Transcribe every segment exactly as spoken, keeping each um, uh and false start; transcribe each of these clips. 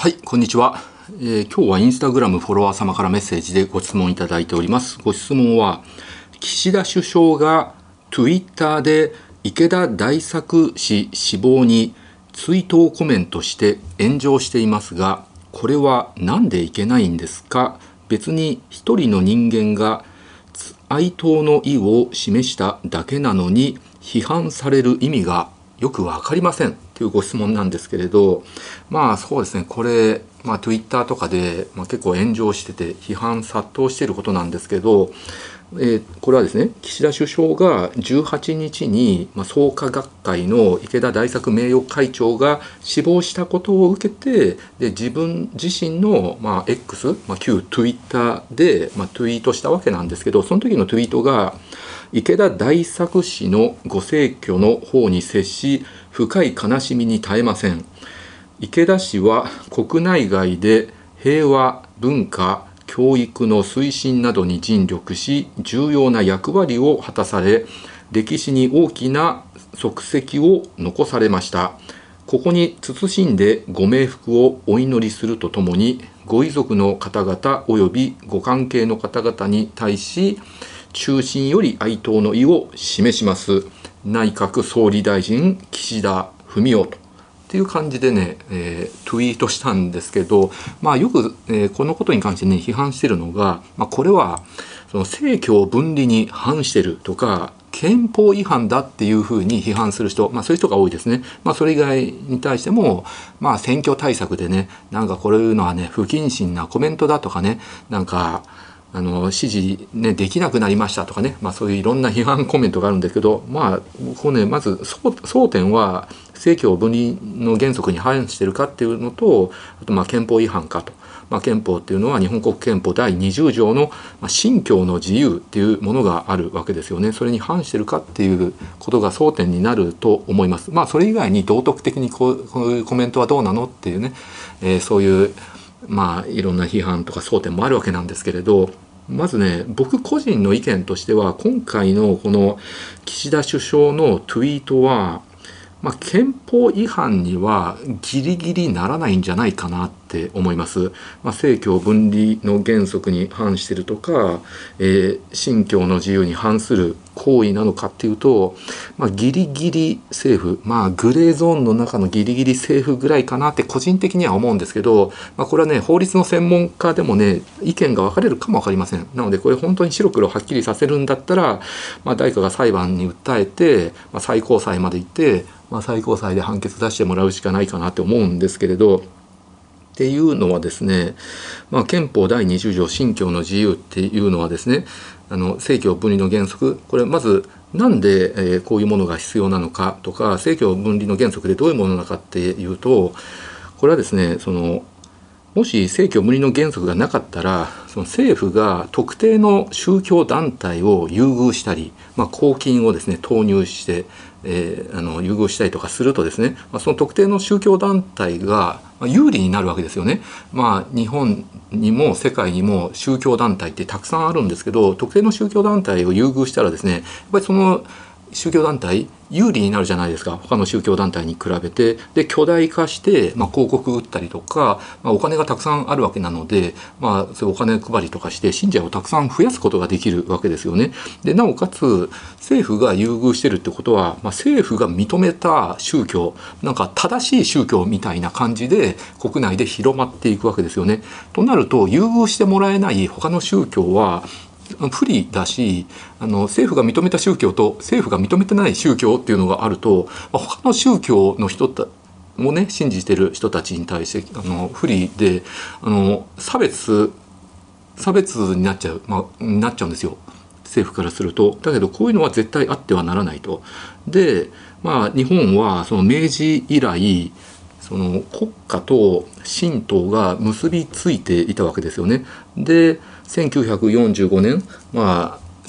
はい、こんにちは、えー、今日はインスタグラムフォロワー様からメッセージでご質問いただいております。ご質問は、岸田首相が Twitter で池田大作氏死亡に追悼コメントして炎上していますが、これは何でいけないんですか？別に一人の人間が哀悼の意を示しただけなのに批判される意味がよく分かりませんというご質問なんですけれど、まあそうですね、これ、まあ、Twitter とかで、まあ、結構炎上してて批判殺到していることなんですけど、えー、これはですね、岸田首相がじゅうはちにちに、まあ、創価学会の池田大作名誉会長が死亡したことを受けて、で自分自身の、まあ、X、まあ、旧 Twitter で、まあ、ツイートしたわけなんですけど、その時のツイートが池田大作氏のご逝去の方に接し深い悲しみに耐えません。池田氏は国内外で平和、文化、教育の推進などに尽力し重要な役割を果たされ、歴史に大きな足跡を残されました。ここに謹んでご冥福をお祈りするとともに、ご遺族の方々およびご関係の方々に対し衷心より哀悼の意を示します。内閣総理大臣岸田文雄とっていう感じでね、えー、ツイートしたんですけど、まあ、よく、えー、このことに関してね批判してるのが、まあ、これはその政教分離に反してるとか憲法違反だっていうふうに批判する人、まあ、そういう人が多いですね。まあ、それ以外に対しても、まあ、選挙対策でね、なんかこういうのはね不謹慎なコメントだとかね、なんかあの支持、ね、できなくなりましたとかね、まあ、そういういろんな批判コメントがあるんですけど、まあこうね、まず争点は政教分離の原則に反しているかっていうのと、あとまあ憲法違反かと。まあ、憲法っていうのは日本国憲法だいにじゅうじょうの信教の自由っていうものがあるわけですよね。それに反してるかっていうことが争点になると思います。まあそれ以外に道徳的にこう、こういうコメントはどうなのっていうね、えー、そういうまあいろんな批判とか争点もあるわけなんですけれど、まずね、僕個人の意見としては今回のこの岸田首相のツイートは、まあ、憲法違反にはギリギリならないんじゃないかなって思います。まあ、政教分離の原則に反しているとか、えー、信教の自由に反する行為なのかっていうと、まあ、ギリギリセーフ、まあグレーゾーンの中のギリギリセーフぐらいかなって個人的には思うんですけど、まあ、これはね法律の専門家でもね意見が分かれるかも分かりません。なのでこれ本当に白黒はっきりさせるんだったら、まあ、誰かが裁判に訴えて、まあ、最高裁まで行って、まあ、最高裁で判決出してもらうしかないかなって思うんですけれど、っていうのはですね、まあ、憲法だいにじゅうじょう信教の自由っていうのはですね、あの政教分離の原則、これまずなんで、えー、こういうものが必要なのかとか、政教分離の原則でどういうものなのかっていうと、これはですね、そのもし政教分離の原則がなかったら、その政府が特定の宗教団体を優遇したり、まあ、公金をですね投入して、えー、あの優遇したりとかするとですね、まあ、その特定の宗教団体が有利になるわけですよね。まあ、日本にも世界にも宗教団体ってたくさんあるんですけど、特定の宗教団体を優遇したらですね、やっぱりその宗教団体有利になるじゃないですか、他の宗教団体に比べて。で巨大化して、まあ、広告打ったりとか、まあ、お金がたくさんあるわけなので、まあ、そういうお金配りとかして信者をたくさん増やすことができるわけですよね。でなおかつ政府が優遇してるってことは、まあ、政府が認めた宗教、なんか正しい宗教みたいな感じで国内で広まっていくわけですよね。となると優遇してもらえない他の宗教は不利だし、あの政府が認めた宗教と政府が認めてない宗教っていうのがあると、他の宗教の人もね信じてる人たちに対してあの不利で、あの差別差別になっちゃう、まあ、なっちゃうんですよ、政府からすると。だけどこういうのは絶対あってはならないと。で、まあ、日本はその明治以来その国家と神道が結びついていたわけですよね。でせんきゅうひゃくよんじゅうごねん、まあ、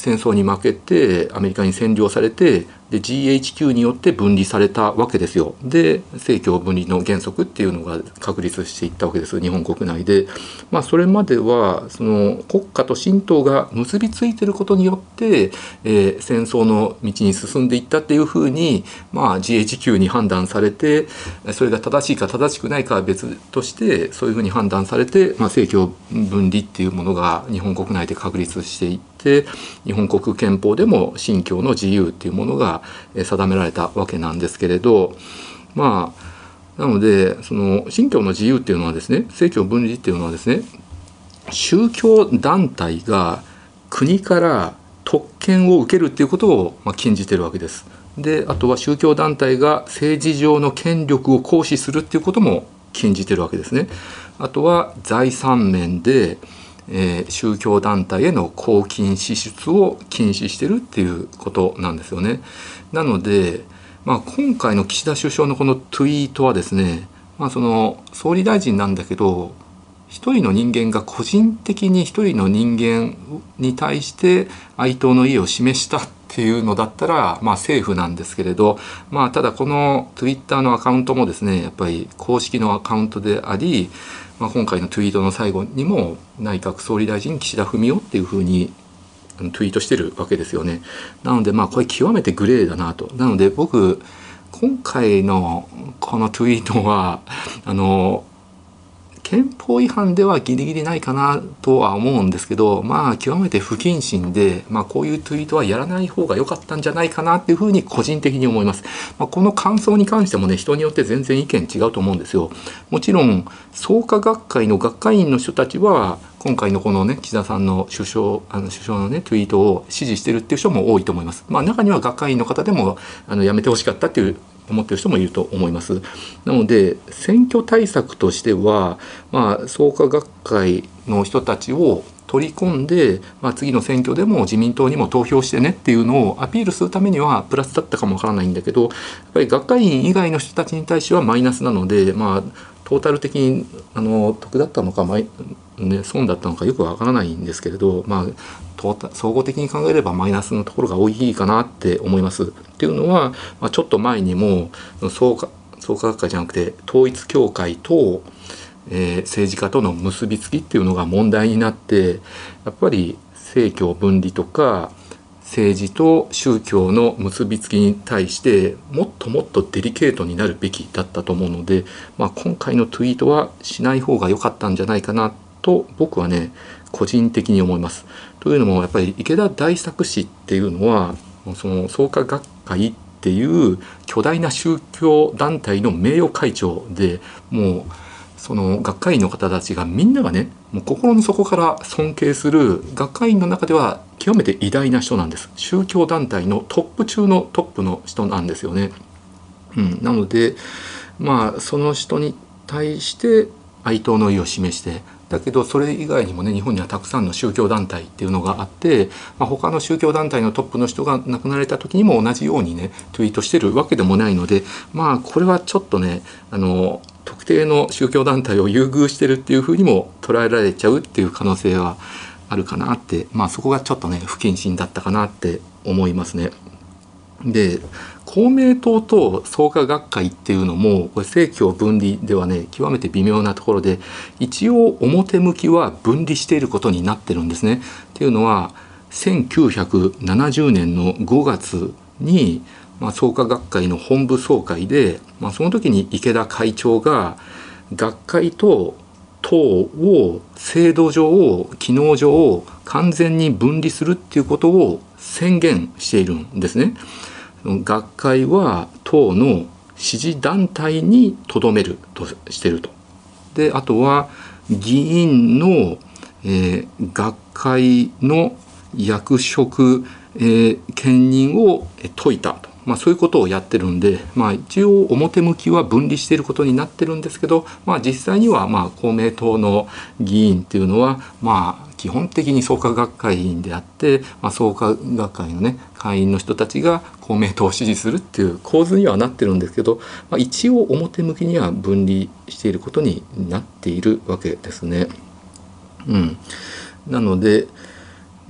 戦争に負けてアメリカに占領されて、で ジーエイチキュー によって分離されたわけですよ。で政教分離の原則っていうのが確立していったわけです、日本国内で。まあ、それまではその国家と神道が結びついていることによって、えー、戦争の道に進んでいったっていうふうに、まあ、ジーエイチキュー に判断されて、それが正しいか正しくないかは別としてそういうふうに判断されて、まあ、政教分離っていうものが日本国内で確立していって、日本国憲法でも信教の自由っていうものが定められたわけなんですけれど、まあなのでその信教の自由っていうのはですね、政教分離っていうのはですね、宗教団体が国から特権を受けるっていうことをまあ禁じてるわけです。であとは宗教団体が政治上の権力を行使するっていうことも禁じてるわけですね。あとは財産面でえー、宗教団体への公金支出を禁止してるっていうことなんですよね。なので、まあ、今回の岸田首相のこのツイートはですね、まあ、その総理大臣なんだけど一人の人間が個人的に一人の人間に対して哀悼の意を示したっていうのだったら、まあ、セーフなんですけれど、まあ、ただこのツイッターのアカウントもですねやっぱり公式のアカウントであり、まあ、今回のツイートの最後にも内閣総理大臣岸田文雄っていうふうにツイートしてるわけですよね。なのでまあこれ極めてグレーだなと。なので僕今回のこのツイートはあの憲法違反ではギリギリないかなとは思うんですけど、まあ極めて不謹慎で、まあ、こういうツイートはやらない方が良かったんじゃないかなっていうふうに個人的に思います。まあ、この感想に関してもね人によって全然意見違うと思うんですよ。もちろん創価学会の学会員の人たちは今回のこのね岸田さんの首相あの首相のねツイートを支持してるっていう人も多いと思います。まあ、中には学会員の方でもあのやめてほしかったっていう思っている人もいると思います。なので選挙対策としては、まあ、創価学会の人たちを取り込んで、まあ、次の選挙でも自民党にも投票してねっていうのをアピールするためにはプラスだったかもわからないんだけど、やっぱり学会員以外の人たちに対してはマイナスなので、まあ、トータル的にあの得だったのか、ね、損だったのかよくわからないんですけれど、まあ、総合的に考えればマイナスのところが多いかなって思います。っていうのは、まあ、ちょっと前にも創価創価学会じゃなくて統一教会と、えー、政治家との結びつきっていうのが問題になって、やっぱり政教分離とか政治と宗教の結びつきに対してもっともっとデリケートになるべきだったと思うので、まあ、今回のツイートはしない方が良かったんじゃないかなと僕はね個人的に思います。というのもやっぱり池田大作氏っていうのはその創価学会っていう巨大な宗教団体の名誉会長で、もうその学会員の方たちがみんながねもう心の底から尊敬する学会員の中では極めて偉大な人なんです。宗教団体のトップ中のトップの人なんですよね。うん、なのでまあその人に対して哀悼の意を示して、だけどそれ以外にもね日本にはたくさんの宗教団体っていうのがあって、まあ、他の宗教団体のトップの人が亡くなられた時にも同じようにねツイートしてるわけでもないので、まあこれはちょっとねあの特定の宗教団体を優遇してるっていうふうにも捉えられちゃうっていう可能性はあるかなって、まあそこがちょっとね不謹慎だったかなって思いますね。で公明党と創価学会っていうのもこれ政教分離ではね極めて微妙なところで、一応表向きは分離していることになってるんですね。っていうのはせんきゅうひゃくななじゅうねんのごがつに、まあ、創価学会の本部総会で、まあ、その時に池田会長が学会と党を制度上機能上完全に分離するっていうことを宣言しているんですね。学会は党の支持団体にとどめるとしていると。であとは議員の、えー、学会の役職、えー、兼任を解いたと、まあ、そういうことをやってるんで、まあ、一応表向きは分離していることになってるんですけど、まあ、実際にはまあ公明党の議員っていうのはまあ基本的に創価学会員であって、まあ、創価学会のね会員の人たちが公明党を支持するっていう構図にはなってるんですけど、まあ、一応表向きには分離していることになっているわけですね。うん、なので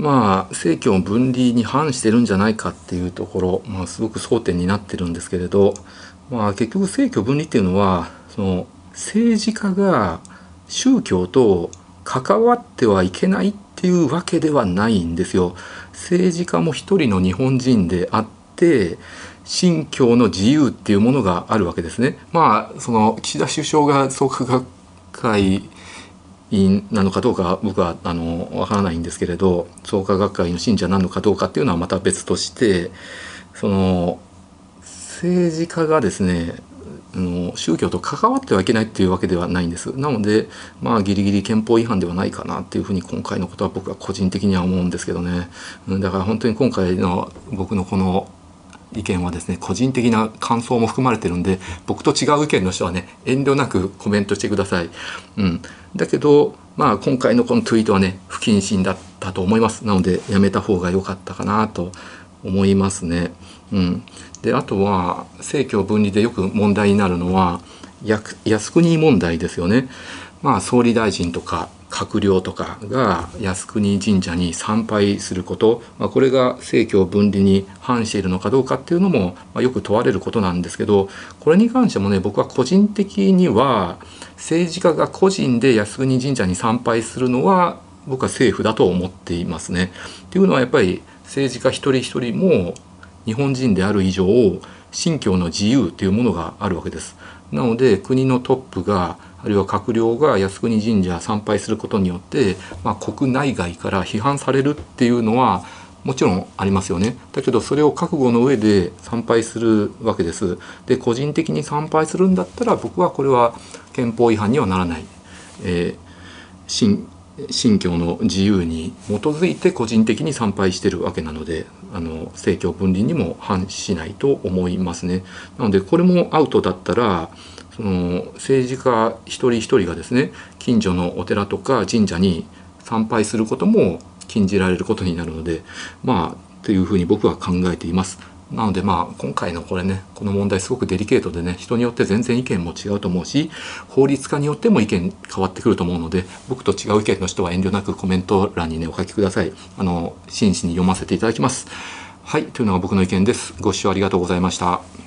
まあ政教分離に反してるんじゃないかっていうところ、まあ、すごく争点になってるんですけれど、まあ、結局政教分離っていうのはその政治家が宗教と関わってはいけないっていうわけではないんですよ。政治家も一人の日本人であって信教の自由っていうものがあるわけですね。まあその岸田首相が創価学会員なのかどうか僕はあのわからないんですけれど、創価学会の信者なのかどうかっていうのはまた別として、その政治家がですねあの宗教と関わってはいけないっていうわけではないんです。なのでまあギリギリ憲法違反ではないかなっていうふうに今回のことは僕は個人的には思うんですけどね。だから本当に今回の僕のこの意見はですね個人的な感想も含まれてるんで、僕と違う意見の人はね遠慮なくコメントしてください。うん、だけどまあ今回のこのツイートはね不謹慎だったと思います。なのでやめた方が良かったかなと思いますね。うん、であとは政教分離でよく問題になるのは靖国問題ですよね。まあ総理大臣とか閣僚とかが靖国神社に参拝すること、まあ、これが政教分離に反しているのかどうかっていうのも、まあ、よく問われることなんですけど、これに関してもね僕は個人的には政治家が個人で靖国神社に参拝するのは僕は政府だと思っていますね。っていうのはやっぱり政治家一人一人も日本人である以上信教の自由というものがあるわけです。なので国のトップがあるいは閣僚が靖国神社参拝することによって、まあ、国内外から批判されるっていうのはもちろんありますよね。だけどそれを覚悟の上で参拝するわけです。で個人的に参拝するんだったら僕はこれは憲法違反にはならない、えー、信信教の自由に基づいて個人的に参拝してるわけなので、あの政教分離にも反しないと思いますね。なのでこれもアウトだったらその政治家一人一人がですね近所のお寺とか神社に参拝することも禁じられることになるので、まあというふうに僕は考えています。なのでまあ今回のこれねこの問題すごくデリケートでね人によって全然意見も違うと思うし法律家によっても意見変わってくると思うので、僕と違う意見の人は遠慮なくコメント欄にねお書きください。あの真摯に読ませていただきます。はい、というのが僕の意見です。ご視聴ありがとうございました。